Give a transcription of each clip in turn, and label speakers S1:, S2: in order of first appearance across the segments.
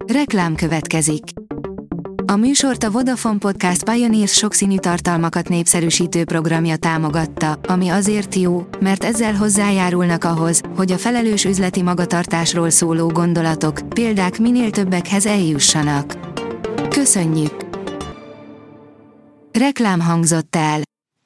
S1: Reklám következik. A műsort a Vodafone Podcast Pioneers sokszínű tartalmakat népszerűsítő programja támogatta, ami azért jó, mert ezzel hozzájárulnak ahhoz, hogy a felelős üzleti magatartásról szóló gondolatok, példák minél többekhez eljussanak. Köszönjük! Reklám hangzott el.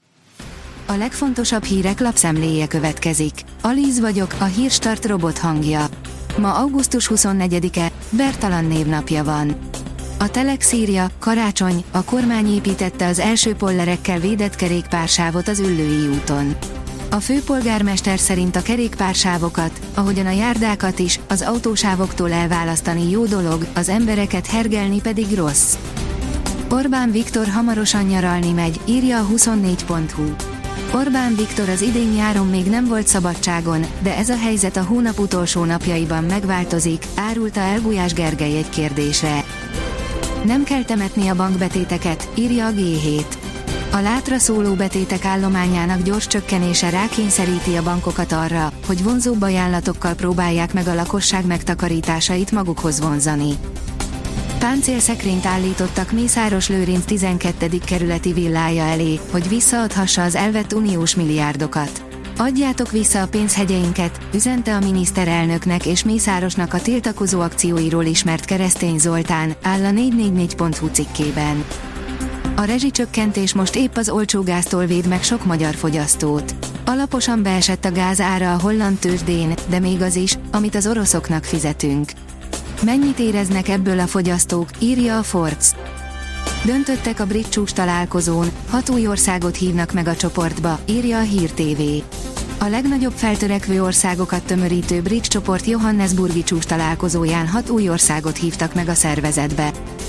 S1: A legfontosabb hírek lapszemléje következik. Alíz vagyok, a Hírstart robot hangja. Ma augusztus 24-e, Bertalan névnapja van. A Telex írja, karácsony, a kormány építette az első pollerekkel védett kerékpársávot az Üllői úton. A főpolgármester szerint a kerékpársávokat, ahogyan a járdákat is, az autósávoktól elválasztani jó dolog, az embereket hergelni pedig rossz. Orbán Viktor hamarosan nyaralni megy, írja a 24.hu. Orbán Viktor az idén nyáron még nem volt szabadságon, de ez a helyzet a hónap utolsó napjaiban megváltozik, árulta el Gulyás Gergely egy kérdésre. Nem kell temetni a bankbetéteket, írja a G7. A látra szóló betétek állományának gyors csökkenése rákényszeríti a bankokat arra, hogy vonzóbb ajánlatokkal próbálják meg a lakosság megtakarításait magukhoz vonzani. Páncélszekrényt állítottak Mészáros Lőrinc 12. kerületi villája elé, hogy visszaadhassa az elvett uniós milliárdokat. Adjátok vissza a pénzhegyeinket, üzente a miniszterelnöknek és Mészárosnak a tiltakozó akcióiról ismert Keresztény Zoltán, áll a 444.hu cikkében. A rezsicsökkentés most épp az olcsó gáztól véd meg sok magyar fogyasztót. Alaposan beesett a gáz ára a holland tőzsdén, de még az is, amit az oroszoknak fizetünk. Mennyit éreznek ebből a fogyasztók, írja a Forbes. Döntöttek a brit csúcs találkozón, 6 új országot hívnak meg a csoportba, írja a Hír TV. A legnagyobb feltörekvő országokat tömörítő brit csoport Johannesburgi csúcs találkozóján 6 új országot hívtak meg a szervezetbe.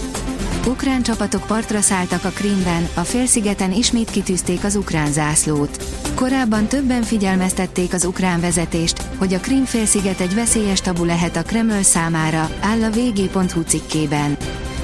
S1: Ukrán csapatok partra szálltak a Krímben, a félszigeten ismét kitűzték az ukrán zászlót. Korábban többen figyelmeztették az ukrán vezetést, hogy a Krím-félsziget egy veszélyes tabu lehet a Kreml számára, áll a vg.hu cikkében.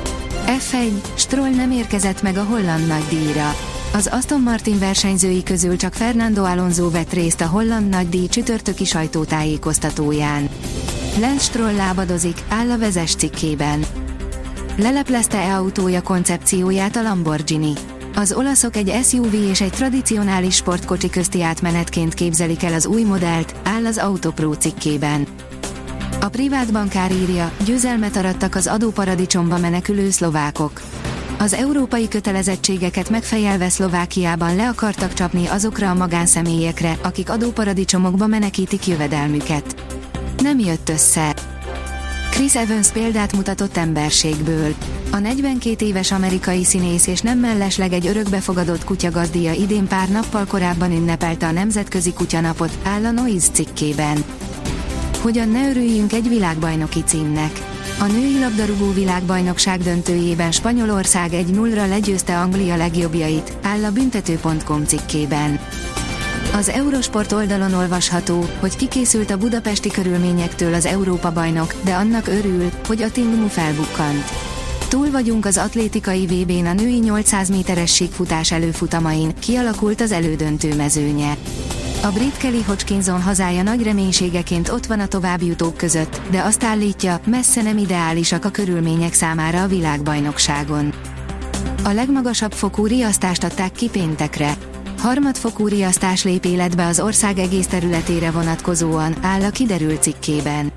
S1: F1, Stroll nem érkezett meg a holland nagydíjra. Az Aston Martin versenyzői közül csak Fernando Alonso vett részt a holland nagydíj csütörtöki sajtótájékoztatóján. Lance Stroll lábadozik, áll a Vezes cikkében. Leleplezte autója koncepcióját a Lamborghini. Az olaszok egy SUV és egy tradicionális sportkocsi közti átmenetként képzelik el az új modellt, áll az Autopro cikkében. A privát bankár írja, győzelmet arattak az adóparadicsomba menekülő szlovákok. Az európai kötelezettségeket megfejelve Szlovákiában le akartak csapni azokra a magánszemélyekre, akik adóparadicsomokba menekítik jövedelmüket. Nem jött össze. Chris Evans példát mutatott emberségből. A 42 éves amerikai színész és nem mellesleg egy örökbefogadott kutyagazdia idén pár nappal korábban ünnepelte a Nemzetközi Kutyanapot, áll a Noise cikkében. Hogyan ne örüljünk egy világbajnoki címnek? A női labdarúgó világbajnokság döntőjében Spanyolország 1-0-ra legyőzte Anglia legjobbjait, áll a büntető.com cikkében. Az Eurosport oldalon olvasható, hogy kikészült a budapesti körülményektől az Európa-bajnok, de annak örül, hogy a Tingumu felbukkant. Túl vagyunk az atlétikai VB-n a női 800 méteres síkfutás előfutamain, kialakult az elődöntő mezőnye. A brit Kelly Hodgkinson hazája nagy reménységeként ott van a továbbjutók között, de azt állítja, messze nem ideálisak a körülmények számára a világbajnokságon. A legmagasabb fokú riasztást adták ki péntekre. Harmadfokú riasztás lép életbe az ország egész területére vonatkozóan, áll a Kiderült cikkében.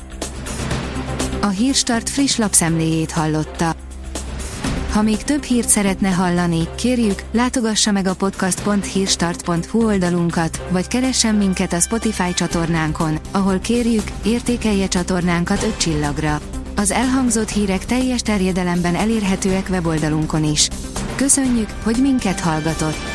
S1: A Hírstart friss lapszemléjét hallotta. Ha még több hírt szeretne hallani, kérjük, látogassa meg a podcast.hírstart.hu oldalunkat, vagy keressen minket a Spotify csatornánkon, ahol kérjük, értékelje csatornánkat 5 csillagra. Az elhangzott hírek teljes terjedelemben elérhetőek weboldalunkon is. Köszönjük, hogy minket hallgatott!